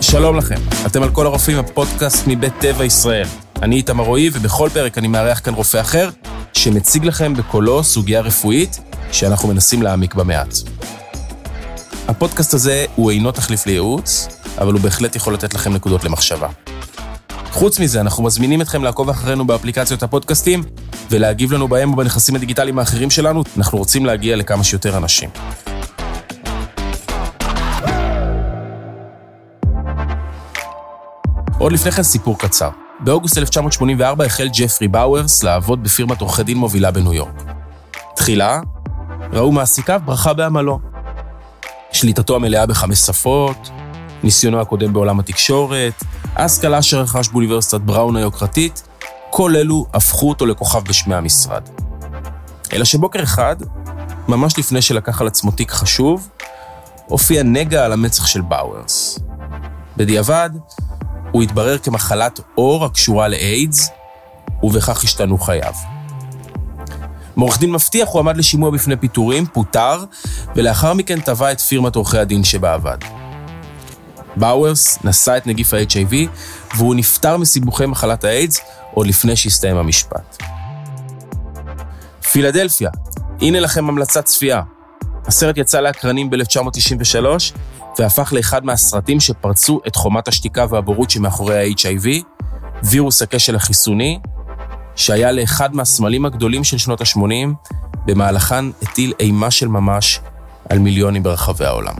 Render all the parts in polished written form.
שלום לכם, אתם על כל הרופאים, הפודקאסט מבית טבע ישראל. אני איתמר רועי, ובכל פרק אני מארח כאן רופא אחר, שמציג לכם בקולו סוגיה רפואית שאנחנו מנסים להעמיק במעט. הפודקאסט הזה הוא אינו תחליף לייעוץ, אבל הוא בהחלט יכול לתת לכם נקודות למחשבה. חוץ מזה, אנחנו מזמינים אתכם לעקוב אחרינו באפליקציות הפודקאסטים, ולהגיב לנו בהם ובנכסים הדיגיטליים האחרים שלנו. אנחנו רוצים להגיע לכמה שיותר אנשים. עוד לפני כן סיפור קצר. באוגוסט 1984 החל ג'פרי באוורס לעבוד בפירמת עורכי דין מובילה בניו יורק. תחילה, ראו מעסיקיו ברכה בעמלו. שליטתו המלאה ב5 שפות, ניסיונו הקודם בעולם התקשורת, ההשכלה שרכש באוניברסיטת בראון היוקרתית, כל אלו הפכו אותו לכוכב בשמי המשרד. אלא שבוקר אחד, ממש לפני שלקח על עצמו תיק חשוב, הופיע נגע על המצח של באוורס. בדיעבד, הוא התברר כמחלת עור הקשורה לאיידס, ובכך השתנו חייו. מעורך דין מבטיח הוא עמד לשימוע בפני פיטורים, פוטר, ולאחר מכן טבע את פירמת עורכי הדין שבעבד. באוורס נשא את נגיף ה-HIV, והוא נפטר מסיבוכי מחלת האיידס עוד לפני שהסתיים המשפט. פילדלפיה, הנה לכם המלצת צפייה. הסרט יצא להקרנים ב-1993, והפך לאחד מהסרטים שפרצו את חומת השתיקה והבורות שמאחורי ה-HIV, וירוס הכשל החיסוני, שהיה לאחד מהסמלים הגדולים של שנות ה-80, במהלכן הטיל אימה של ממש על מיליונים ברחבי העולם.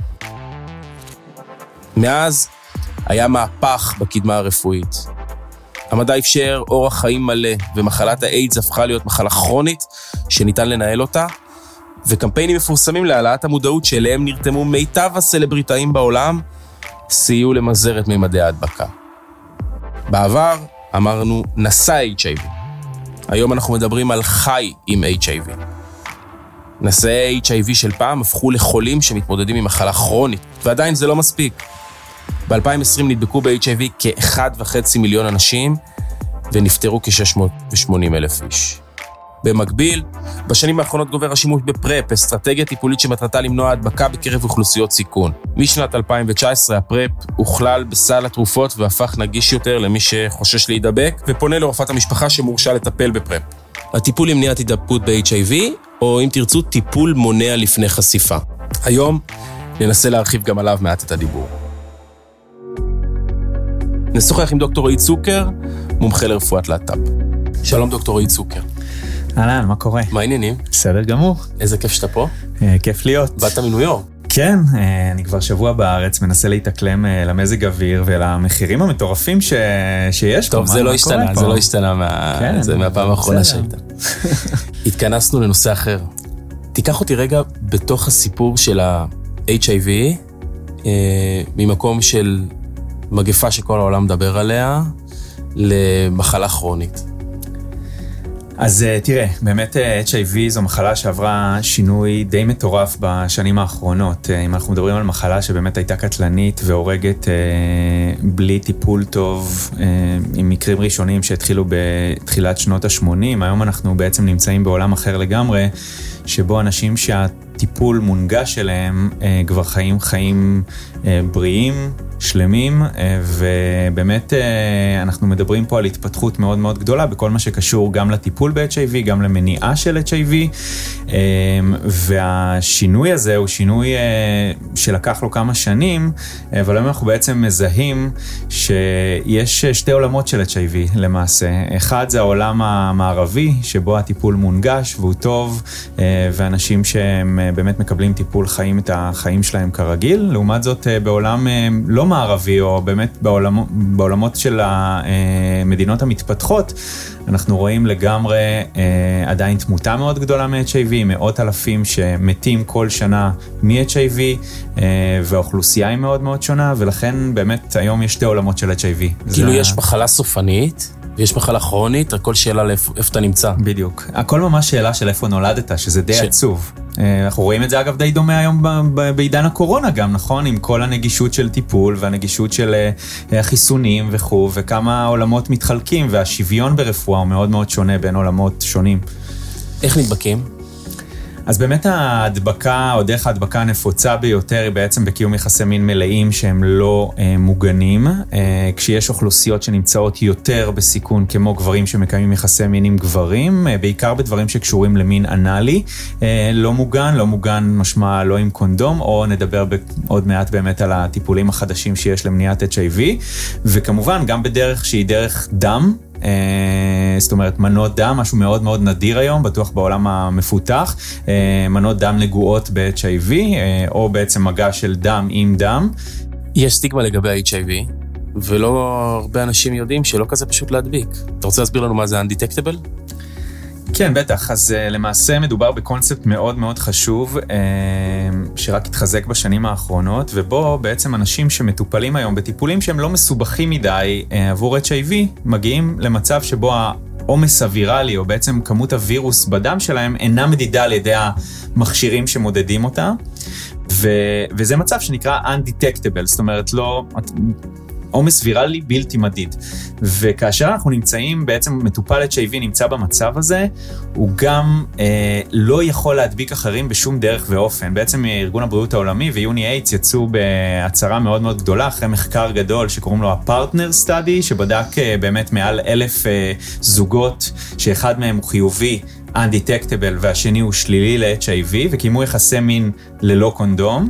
מאז היה מהפך בקדמה הרפואית. המדע אפשר אורח חיים מלא, ומחלת האיידס הפכה להיות מחלה כרונית שניתן לנהל אותה, וקמפיינים מפורסמים להעלאת המודעות שאליהם נרתמו מיטב הסלבריטאים בעולם, סייעו למזער את ממדי ההדבקה. בעבר אמרנו נשא HIV. היום אנחנו מדברים על חי עם HIV. נשאי HIV של פעם הפכו לחולים שמתמודדים עם מחלה כרונית, ועדיין זה לא מספיק. ב-2020 נדבקו ב-HIV כ1.5 מיליון אנשים, ונפטרו כ680,000 איש. במקביל, בשנים האחרונות גובר השימוש בפרפ, אסטרטגיה טיפולית שמטרתה למנוע הדבקה בקרב אוכלוסיות סיכון. משנת 2019 הפרפ הוכלל בסל התרופות והפך נגיש יותר למי שחושש להידבק, ופונה לרופאת המשפחה שמורשה לטפל בפרפ. הטיפול למניעת הידבקות ב-HIV, או אם תרצו, טיפול מונע לפני חשיפה. היום ננסה להרחיב גם עליו מעט את הדיבור. נשוחח עם דוקטור רועי צוקר, מומחה לרפואת להט"ב. שלום דוקטור רועי צוקר. אהלן, מה קורה? מה העניינים? בסדר גמור. איזה כיף שאתה פה. כיף להיות. באת מניו יורק. כן, אני כבר שבוע בארץ, מנסה להתאקלם למזג אוויר ולמחירים המטורפים שיש. טוב, זה לא השתנה, זה לא השתנה מהפעם האחרונה שהייתה. התכנסנו לנושא אחר. תיקח אותי רגע בתוך הסיפור של ה-HIV, ממקום של מגפה שכל העולם מדבר עליה, למחלה כרונית. אז תראה, באמת HIV זו מחלה שעברה שינוי די מטורף בשנים האחרונות. אם אנחנו מדברים על מחלה שבאמת הייתה קטלנית והורגת בלי טיפול טוב, עם מקרים ראשונים שהתחילו בתחילת שנות ה-80, היום אנחנו בעצם נמצאים בעולם אחר לגמרי, שבו אנשים שהטיפול מונגש אליהם כבר חיים בריאים, שלמים, ובאמת אנחנו מדברים פה על התפתחות מאוד מאוד גדולה בכל מה שקשור גם לטיפול ב-HIV, גם למניעה של HIV, והשינוי הזה הוא שינוי שלקח לו כמה שנים, אבל היום אנחנו בעצם מזהים שיש שתי עולמות של HIV למעשה. אחד זה העולם המערבי, שבו הטיפול מונגש והוא טוב, ואנשים שהם באמת מקבלים טיפול חיים את החיים שלהם כרגיל. לעומת זאת בעולם לא מערבי, או באמת בעולמות של המדינות המתפתחות, אנחנו רואים לגמרי עדיין תמותה מאוד גדולה מ-HIV, מאות אלפים שמתים כל שנה מ-HIV, והאוכלוסייה היא מאוד מאוד שונה, ולכן באמת היום יש שתי עולמות של HIV. כאילו יש מחלה סופנית, ויש מחלה כרונית, הכל שאלה איפה אתה נמצא. בדיוק. הכל ממש שאלה של איפה נולדת, שזה די עצוב. אנחנו רואים את זה אגב די דומה היום בעידן הקורונה גם, נכון? עם כל הנגישות של טיפול והנגישות של החיסונים וכו', וכמה עולמות מתחלקים, והשוויון ברפואה הוא מאוד מאוד שונה בין עולמות שונים. איך נדבקים? אז באמת ההדבקה, או דרך ההדבקה הנפוצה ביותר, היא בעצם בקיום יחסי מין מלאים שהם לא מוגנים, כשיש אוכלוסיות שנמצאות יותר בסיכון, כמו גברים שמקיימים יחסי מין עם גברים, בעיקר בדברים שקשורים למין אנלי, לא מוגן משמע לא עם קונדום, או נדבר עוד מעט באמת על הטיפולים החדשים שיש למניעת HIV, וכמובן גם בדרך שהיא דרך דם, זאת אומרת מנות דם, משהו מאוד מאוד נדיר היום, בטוח בעולם המפותח, מנות דם נגועות ב-HIV, או בעצם מגע של דם עם דם. יש סטיגמה לגבי ה-HIV, ולא הרבה אנשים יודעים שלא כזה פשוט להדביק. אתה רוצה להסביר לנו מה זה undetectable? כן, בטח. אז למעשה מדובר בקונספט מאוד מאוד חשוב, שרק התחזק בשנים האחרונות, ובו בעצם אנשים שמטופלים היום בטיפולים שהם לא מסובכים מדי עבור HIV, מגיעים למצב שבו העומס הוויראלי, או בעצם כמות הווירוס בדם שלהם, אינה מדידה על ידי המכשירים שמודדים אותה, וזה מצב שנקרא undetectable, זאת אומרת לא... עומס ויראלי בלתי מדיד. וכאשר אנחנו נמצאים, בעצם מטופל HIV נמצא במצב הזה, הוא גם לא יכול להדביק אחרים בשום דרך ואופן. בעצם ארגון הבריאות העולמי ויוני איידס יצאו בהצהרה מאוד מאוד גדולה, אחרי מחקר גדול שקוראים לו ה-Partner Study, שבדק באמת מעל 1,000 זוגות, שאחד מהם הוא חיובי, undetectable, והשני הוא שלילי ל-HIV, וקיימו יחסי מין ללא קונדום.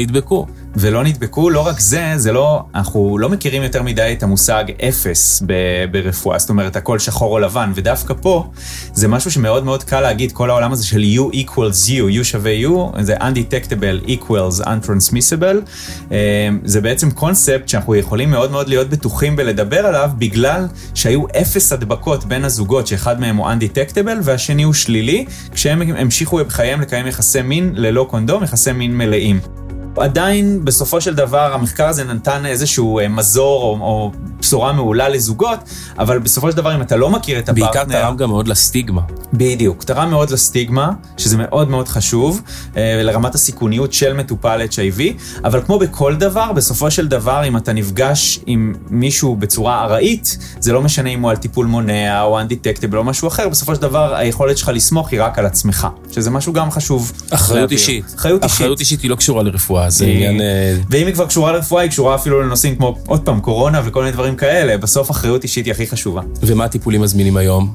ולא נדבקו, לא רק זה לא, אנחנו לא מכירים יותר מדי את המושג אפס ברפואה, זאת אומרת, הכל שחור או לבן, ודווקא פה, זה משהו שמאוד מאוד קל להגיד, כל העולם הזה של U equals U, U שווה U, זה undetectable equals untransmissible, זה בעצם קונספט שאנחנו יכולים מאוד מאוד להיות בטוחים בלדבר עליו, בגלל שהיו 0 הדבקות בין הזוגות, שאחד מהם הוא undetectable, והשני הוא שלילי, כשהם המשיכו בחייהם לקיים יחסי מין ללא קונדום, יחסי מין מלאים. עדיין בסופו של דבר המחקר הזה נתן איזשהו מזור או בשורה מעולה לזוגות, אבל בסופו של דבר אם אתה לא מכיר את הפרטנר... בעיקר תרם גם מאוד לסטיגמה. בדיוק, תרם מאוד לסטיגמה, שזה מאוד מאוד חשוב, לרמת הסיכוניות של מטופל HIV, אבל כמו בכל דבר, בסופו של דבר אם אתה נפגש עם מישהו בצורה ארעית, זה לא משנה אם הוא על טיפול מונע או undetectable או משהו אחר, בסופו של דבר היכולת שלך לסמוך היא רק על עצמך, שזה משהו גם חשוב. אחריות אישית. אחריות אישית היא לא קשורה לרפואה. ואם היא כבר קשורה לרפואה, היא קשורה אפילו לנושאים כמו, עוד פעם, קורונה וכל מיני דברים כאלה. בסוף אחריות אישית היא הכי חשובה. ומה הטיפולים מזמינים היום?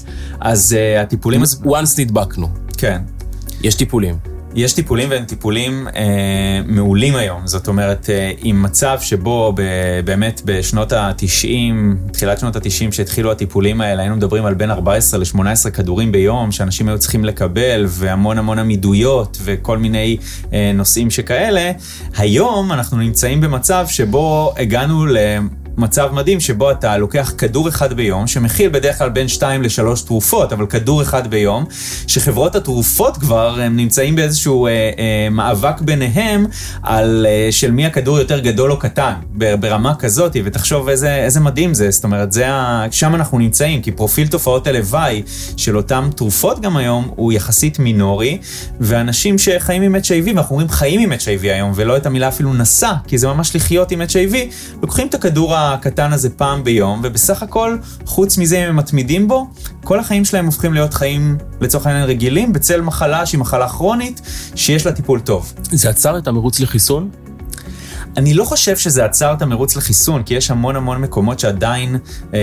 אז הטיפולים... once נדבקנו. כן. יש טיפולים. יש טיפולים והם טיפולים מעולים היום. זאת אומרת, עם מצב שבו באמת בשנות ה-90, תחילת שנות ה-90 שהתחילו הטיפולים האלה, היינו מדברים על בין 14 ל-18 כדורים ביום, שאנשים היו צריכים לקבל, והמון המון עמידויות וכל מיני נושאים שכאלה. היום אנחנו נמצאים במצב שבו הגענו מצב מדהים שבו אתה לוקח כדור אחד ביום, שמכיל בדרך כלל בין 2 ל-3 תרופות, אבל כדור אחד ביום, שחברות התרופות כבר הם נמצאים באיזשהו מאבק ביניהם, על של מי הכדור יותר גדול או קטן, ברמה כזאת, ותחשוב איזה מדהים זה, זאת אומרת, שם אנחנו נמצאים, כי פרופיל תופעות הלוואי של אותם תרופות גם היום, הוא יחסית מינורי, ואנשים שחיים עם HIV, ואנחנו אומרים חיים עם HIV היום, ולא את המילה אפילו נסע, כי זה ממש לחיות עם HIV, לוקחים את הכדור הקטן הזה פעם ביום, ובסך הכל, חוץ מזה אם הם מתמידים בו, כל החיים שלהם הופכים להיות חיים לצורך העניין רגילים, בצל מחלה שהיא מחלה כרונית, שיש לה טיפול טוב. זה עצר את המרוץ לחיסון? אני לא חושב שזה עצר את המרוץ לחיסון, כי יש המון המון מקומות שעדיין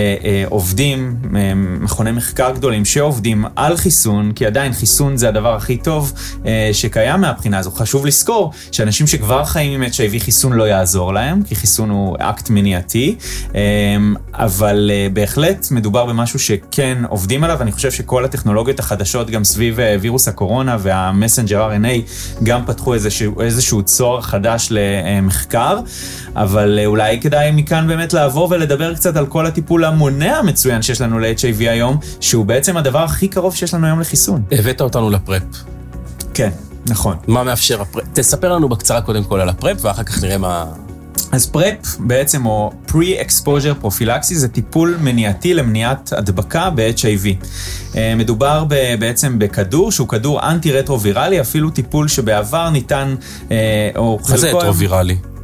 עובדים, מכוני מחקר גדולים שעובדים על חיסון, כי עדיין חיסון זה הדבר הכי טוב שקיים מהבחינה הזו. חשוב לזכור שאנשים שכבר חיים עם HIV חיסון לא יעזור להם, כי חיסון הוא אקט מניעתי, אבל בהחלט מדובר במשהו שכן עובדים עליו, ואני חושב שכל הטכנולוגיות החדשות גם סביב וירוס הקורונה והמסנג'ר RNA גם פתחו איזשהו צוהר חדש למחקר, אבל אולי כדאי מכאן באמת לעבור ולדבר קצת על כל הטיפול המונע המצוין שיש לנו ל-HIV היום, שהוא בעצם הדבר הכי קרוב שיש לנו היום לחיסון. הבאת אותנו לפרפ. כן, נכון. מה מאפשר הפרפ? תספר לנו בקצרה קודם כל על הפרפ, ואחר כך נראה מה... אז פרפ בעצם, או Pre-Exposure Prophylaxis, זה טיפול מניעתי למניעת הדבקה ב-HIV. מדובר בעצם בכדור, שהוא כדור אנטי-רטרו-ויראלי, אפילו טיפול שבעבר ניתן, או מה זה רטרו-ויראלי?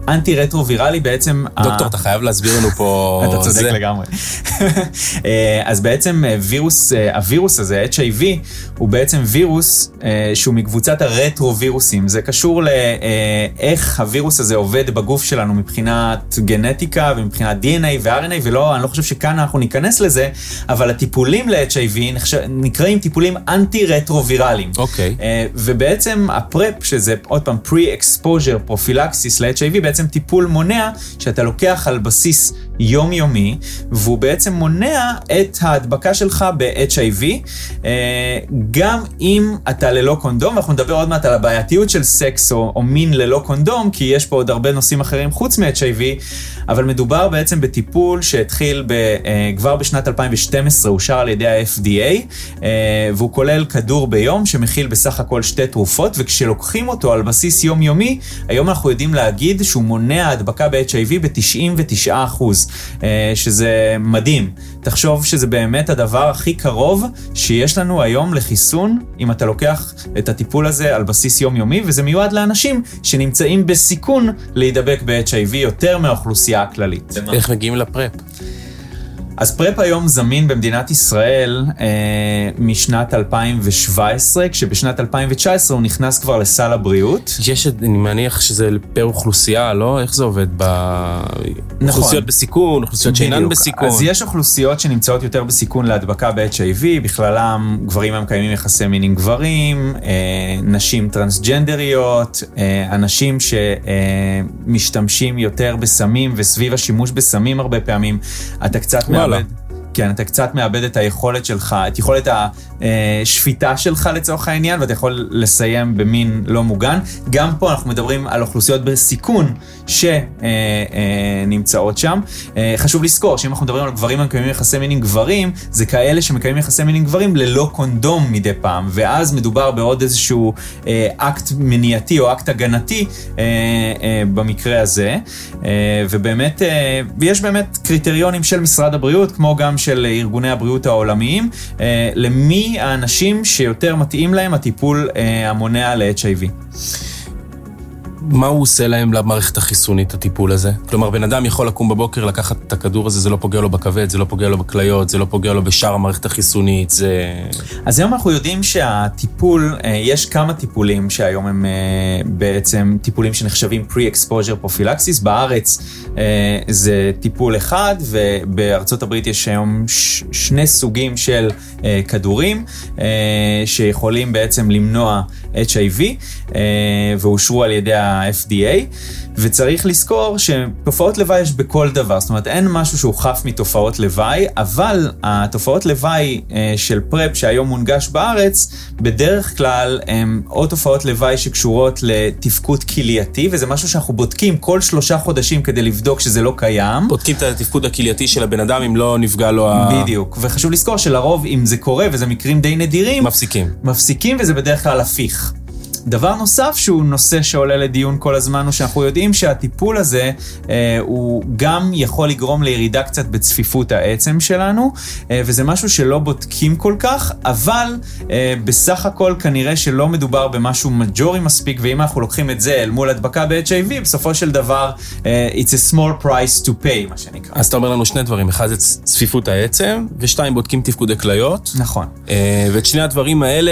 אנטי-רטרו-ויראלי בעצם... דוקטור, אתה חייב להסביר לנו פה... אתה צודק לגמרי. אז בעצם הווירוס הזה, HIV, הוא בעצם וירוס שהוא מקבוצת הרטרו-וירוסים. זה קשור לאיך הווירוס הזה עובד בגוף שלנו מבחינת גנטיקה ומבחינת DNA ו-RNA, ולא, אני לא חושב שכאן אנחנו ניכנס לזה, אבל הטיפולים ל-HIV נקראים טיפולים אנטי-רטרו-ויראליים. אוקיי. ובעצם הפרפ, שזה עוד פעם pre-exposure prophylaxis ל-HIV, בעצם טיפול מונע שאתה לוקח על בסיס יומיומי, והוא בעצם מונע את ההדבקה שלך ב-HIV, גם אם אתה ללא קונדום, ואנחנו נדבר עוד מעט על הבעייתיות של סקס או מין ללא קונדום, כי יש פה עוד הרבה נושאים אחרים חוץ מ-HIV, אבל מדובר בעצם בטיפול שהתחיל כבר בשנת 2012, אושר על ידי ה-FDA, והוא כולל כדור ביום שמכיל בסך הכל 2 תרופות, וכשלוקחים אותו על בסיס יומיומי, היום אנחנו יודעים להגיד שהוא מונע הדבקה ב-HIV ב-99%, שזה מדהים. תחשוב שזה באמת הדבר הכי קרוב שיש לנו היום לחיסון, אם אתה לוקח את הטיפול הזה על בסיס יומיומי, וזה מיועד לאנשים שנמצאים בסיכון להידבק ב-HIV יותר מהאוכלוסייה הכללית. איך מגיעים לפרפ? אז פרפ היום זמין במדינת ישראל משנת 2017, כשבשנת 2019 הוא נכנס כבר לסל הבריאות. אני מניח שזה פר אוכלוסייה, לא? איך זה עובד? אוכלוסיות בסיכון, אוכלוסיות שאינן בסיכון. אז יש אוכלוסיות שנמצאות יותר בסיכון להדבקה ב-HIV, בכללם גברים המקיימים יחסי מין עם גברים, נשים טרנסג'נדריות, אנשים שמשתמשים יותר בסמים, וסביב השימוש בסמים הרבה פעמים, אתה קצת מאבד. כן, אתה קצת מאבד את היכולת שלך, את יכולת השפיטה שלך לצורך העניין, ואתה יכול לסיים במין לא מוגן. גם פה אנחנו מדברים על אוכלוסיות בסיכון שנמצאות שם. חשוב לזכור שאם אנחנו מדברים על גברים המקיימים יחסי מין עם גברים, זה כאלה שמקיימים יחסי מין עם גברים ללא קונדום מדי פעם, ואז מדובר בעוד איזשהו אקט מניעתי או אקט הגנתי במקרה הזה. ובאמת, יש באמת קריטריונים של משרד הבריאות, כמו גם של ארגוני הבריאות העולמיים, למי האנשים שיותר מתאים להם הטיפול המונע ל-HIV. מה הוא עושה להם למערכת החיסונית, הטיפול הזה? כלומר, בן אדם יכול לקום בבוקר, לקחת את הכדור הזה, זה לא פוגע לו בכבד, זה לא פוגע לו בכליות, זה לא פוגע לו בשאר המערכת החיסונית, זה... אז היום אנחנו יודעים שהטיפול, יש כמה טיפולים שהיום הם בעצם טיפולים שנחשבים pre-exposure prophylaxis. בארץ זה טיפול אחד, ובארצות הברית יש היום 2 סוגים של כדורים, שיכולים בעצם למנוע HIV, ואושרו על ידי ה-FDA, וצריך לזכור שתופעות לוואי יש בכל דבר, זאת אומרת אין משהו שהוא חף מתופעות לוואי, אבל התופעות לוואי של פרפ שהיום מונגש בארץ, בדרך כלל הם או תופעות לוואי שקשורות לתפקוד כלייתי, וזה משהו שאנחנו בודקים כל 3 חודשים כדי לבדוק שזה לא קיים. בודקים את התפקוד הכלייתי של הבן אדם אם לא נפגע לו בדיוק, וחשוב לזכור שלרוב אם זה קורה, וזה מקרים די נדירים, מפסיקים וזה בדרך כלל הפיך. דבר נוסף שהוא נושא שעולה לדיון כל הזמן, הוא שאנחנו יודעים שהטיפול הזה הוא גם יכול לגרום לירידה קצת בצפיפות העצם שלנו, וזה משהו שלא בודקים כל כך, אבל בסך הכל כנראה שלא מדובר במשהו מג'ורי מספיק, ואם אנחנו לוקחים את זה אל מול הדבקה ב-HIV, בסופו של דבר it's a small price to pay, מה שנקרא. אז אתה אומר לנו 2 דברים, אחד זה צפיפות העצם, ו2 בודקים תפקודי כליות. נכון. ואת 2 הדברים האלה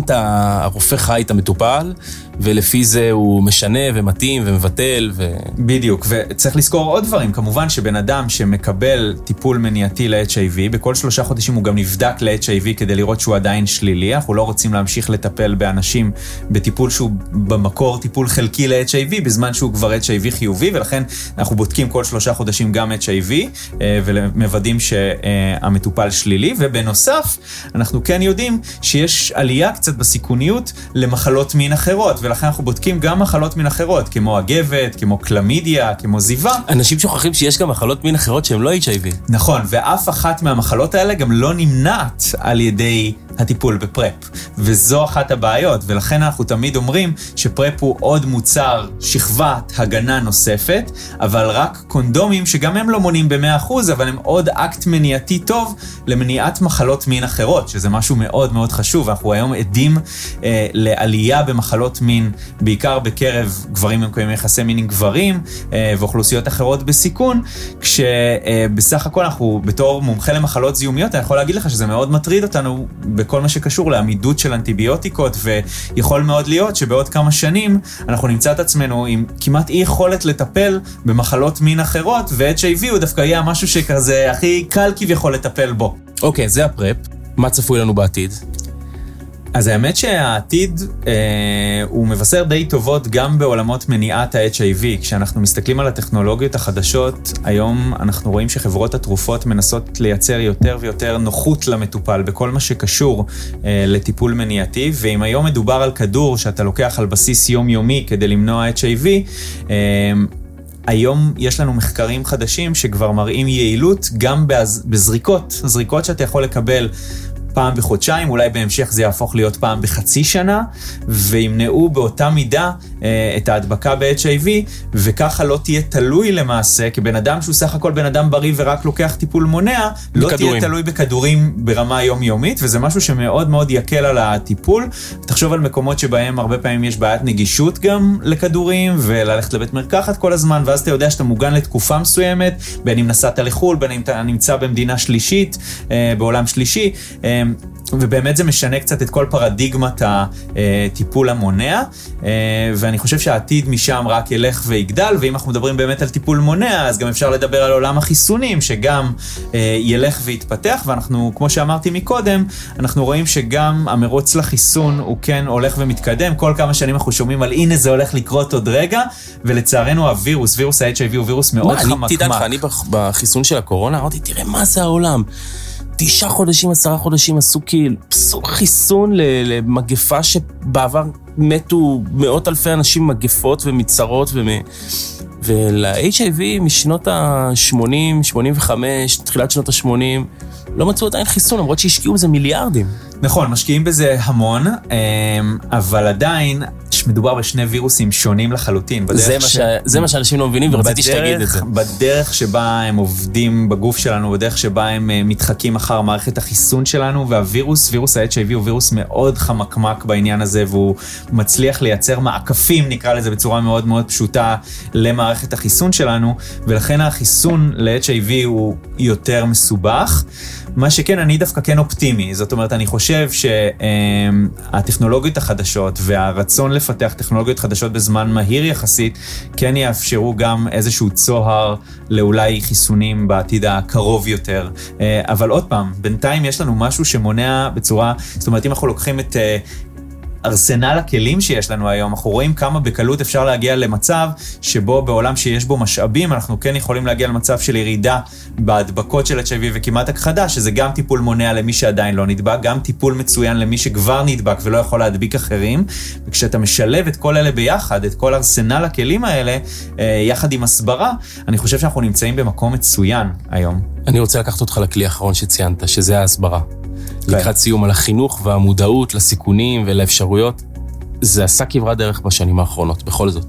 הרופא חי את המטופל, ולפי זה הוא משנה ומתאים ומבטל בדיוק, וצריך לזכור עוד דברים. כמובן שבן אדם שמקבל טיפול מניעתי ל-HIV, בכל 3 חודשים הוא גם נבדק ל-HIV כדי לראות שהוא עדיין שלילי. אנחנו לא רוצים להמשיך לטפל באנשים בטיפול שהוא במקור טיפול חלקי ל-HIV, בזמן שהוא כבר HIV חיובי, ולכן אנחנו בודקים כל 3 חודשים גם HIV, ומוודאים שהמטופל שלילי. ובנוסף, אנחנו כן יודעים שיש עלייה קצת בסיכוניות למחלות מין אחרות, ולכן אנחנו בודקים גם מחלות מין אחרות, כמו אגבת, כמו קלמידיה, כמו זיווה. אנשים שוכחים שיש גם מחלות מין אחרות שהן לא HIV. נכון, ואף אחת מהמחלות האלה גם לא נמנעת על ידי הטיפול בפרפ, וזו אחת הבעיות, ולכן אנחנו תמיד אומרים שפרפ הוא עוד מוצר, שכבת הגנה נוספת, אבל רק קונדומים שגם הם לא מונים ב100%, אבל הם עוד אקט מניעתי טוב למניעת מחלות מין אחרות, שזה משהו מאוד מאוד חשוב. אנחנו היום עדים לעלייה במחלות מין מין, בעיקר בקרב גברים מקיימים יחסי מין עם גברים, ואוכלוסיות אחרות בסיכון, כשבסך הכל אנחנו בתור מומחה למחלות זיהומיות, אני יכול להגיד לך שזה מאוד מטריד אותנו בכל מה שקשור לעמידות של אנטיביוטיקות, ויכול מאוד להיות שבעוד כמה שנים אנחנו נמצא את עצמנו עם כמעט אי יכולת לטפל במחלות מין אחרות, ו-HIV הוא דווקא יהיה משהו שכזה הכי קל כביכול לטפל בו. אוקיי, זה הפרפ. מה צפוי לנו בעתיד? אז האמת שהעתיד הוא מבשר די טובות גם בעולמות מניעת ה-HIV. כשאנחנו מסתכלים על הטכנולוגיות החדשות, היום אנחנו רואים שחברות התרופות מנסות לייצר יותר ויותר נוחות למטופל בכל מה שקשור לטיפול מניעתי, ואם היום מדובר על כדור שאתה לוקח על בסיס יומיומי כדי למנוע HIV, היום יש לנו מחקרים חדשים שכבר מראים יעילות גם בזריקות שאתה יכול לקבל פעם בחודשיים, אולי בהמשך זה יהפוך להיות פעם בחצי שנה, וימנעו באותה מידה את ההדבקה ב-HIV, וככה לא תהיה תלוי למעשה, כבן אדם שהוא סך הכל בן אדם בריא ורק לוקח טיפול מונע, לא תהיה תלוי בכדורים ברמה יומיומית, וזה משהו שמאוד מאוד יקל על הטיפול. תחשוב על מקומות שבהם הרבה פעמים יש בעיית נגישות גם לכדורים, וללכת לבית מרקחת כל הזמן, ואז אתה יודע שאתה מוגן לתקופה מסוימת, בין אם נסעת לחול, בין אם אתה נמצא במדינה שלישית, בעולם שלישי, ובאמת זה משנה קצת את כל פרדיגמת הטיפול המונע, ואני חושב שהעתיד משם רק ילך ויגדל, ואם אנחנו מדברים באמת על טיפול מונע, אז גם אפשר לדבר על עולם החיסונים, שגם ילך ויתפתח, ואנחנו, כמו שאמרתי מקודם, אנחנו רואים שגם המרוץ לחיסון הוא כן הולך ומתקדם, כל כמה שנים אנחנו שומעים על הנה זה הולך לקרות עוד רגע, ולצערנו וירוס ה-HIV הוא וירוס מאוד חמקמק. תדע לך, אני בחיסון של הקורונה, אמרתי, תראה מה זה העולם. 9 חודשים, 10 חודשים עשו חיסון למגפה שבעבר מתו מאות אלפי אנשים מגפות ומצרות ול-HIV משנות ה-80, 85, תחילת שנות ה-80, לא מצאו עדיין חיסון, למרות שהשקיעו בזה מיליארדים. נכון, משקיעים בזה המון, אבל עדיין מדובר בשני וירוסים שונים לחלוטין. זה מה שאנשים לא מבינים, ורציתי שתגיד את זה. בדרך שבה הם עובדים בגוף שלנו, בדרך שבה הם מתחקים אחר מערכת החיסון שלנו, והווירוס, וירוס ה-HIV הוא וירוס מאוד חמקמק בעניין הזה, והוא מצליח לייצר מעקפים, נקרא לזה בצורה מאוד מאוד פשוטה, למערכת החיסון שלנו, ולכן החיסון ל-HIV הוא יותר מסובך. מה שכן, אני דווקא כן אופטימי. זאת אומרת, אני חושב שהטכנולוגיות החדשות והרצון לפתח טכנולוגיות חדשות בזמן מהיר יחסית, כן יאפשרו גם איזשהו צוהר לאולי חיסונים בעתיד הקרוב יותר. אבל עוד פעם, בינתיים יש לנו משהו שמונע בצורה, זאת אומרת, אם אנחנו לוקחים את ארסנל הכלים שיש לנו היום, אנחנו רואים כמה בקלות אפשר להגיע למצב שבו בעולם שיש בו משאבים, אנחנו כן יכולים להגיע למצב של ירידה בהדבקות של HIV וכמעט הכחדה, שזה גם טיפול מונע למי שעדיין לא נדבק, גם טיפול מצוין למי שכבר נדבק ולא יכול להדביק אחרים, וכשאתה משלב את כל אלה ביחד, את כל ארסנל הכלים האלה, יחד עם הסברה, אני חושב שאנחנו נמצאים במקום מצוין היום. אני רוצה לקחת אותך לכלי האחרון שציינת, שזה ההסברה. לקראת סיום על החינוך והמודעות לסיכונים ולאפשרויות, זה עשה כברת דרך בשנים האחרונות, בכל זאת.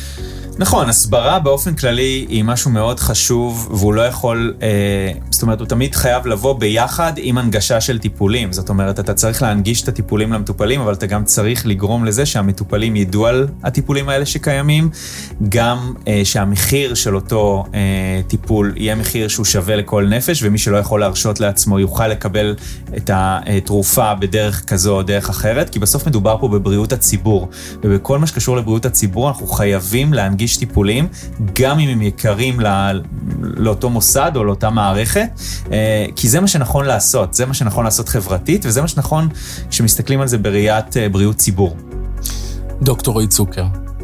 נכון, הסברה באופן כללי היא משהו מאוד חשוב, והוא לא יכול, זאת אומרת, הוא תמיד חייב לבוא ביחד עם הנגשה של טיפולים. זאת אומרת, אתה צריך להנגיש את הטיפולים למטופלים, אבל אתה גם צריך לגרום לזה שהמטופלים ידעו על הטיפולים האלה שקיימים, גם שהמחיר של אותו טיפול יהיה מחיר שהוא שווה לכל נפש, ומי שלא יכול להרשות לעצמו יוכל לקבל את התרופה בדרך כזו או דרך אחרת, כי בסוף מדובר פה בבריאות הציבור, ובכל מה שקשור לבריאות הציבור אנחנו חייבים להנגיש טיפולים, גם אם הם יקרים לאותו מוסד או לאותה מערכת, כי זה מה שנכון לעשות, זה מה שנכון לעשות חברתית, וזה מה שנכון כשמסתכלים על זה בראיית בריאות ציבור. דוקטור רועי צוקר,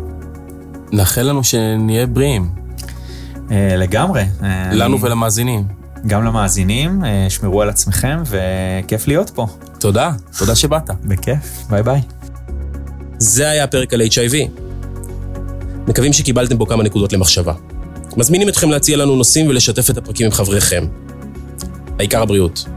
נאחל לנו שנהיה בריאים. לגמרי. לנו ולמאזינים. גם למאזינים, שמרו על עצמכם, וכיף להיות פה. תודה, תודה שבאת. בכיף, ביי ביי. זה היה הפרק על HIV. מקווים שקיבלתם בו כמה נקודות למחשבה. מזמינים אתכם להציע לנו נושאים ולשתף את הפרקים עם חבריכם. העיקר הבריאות.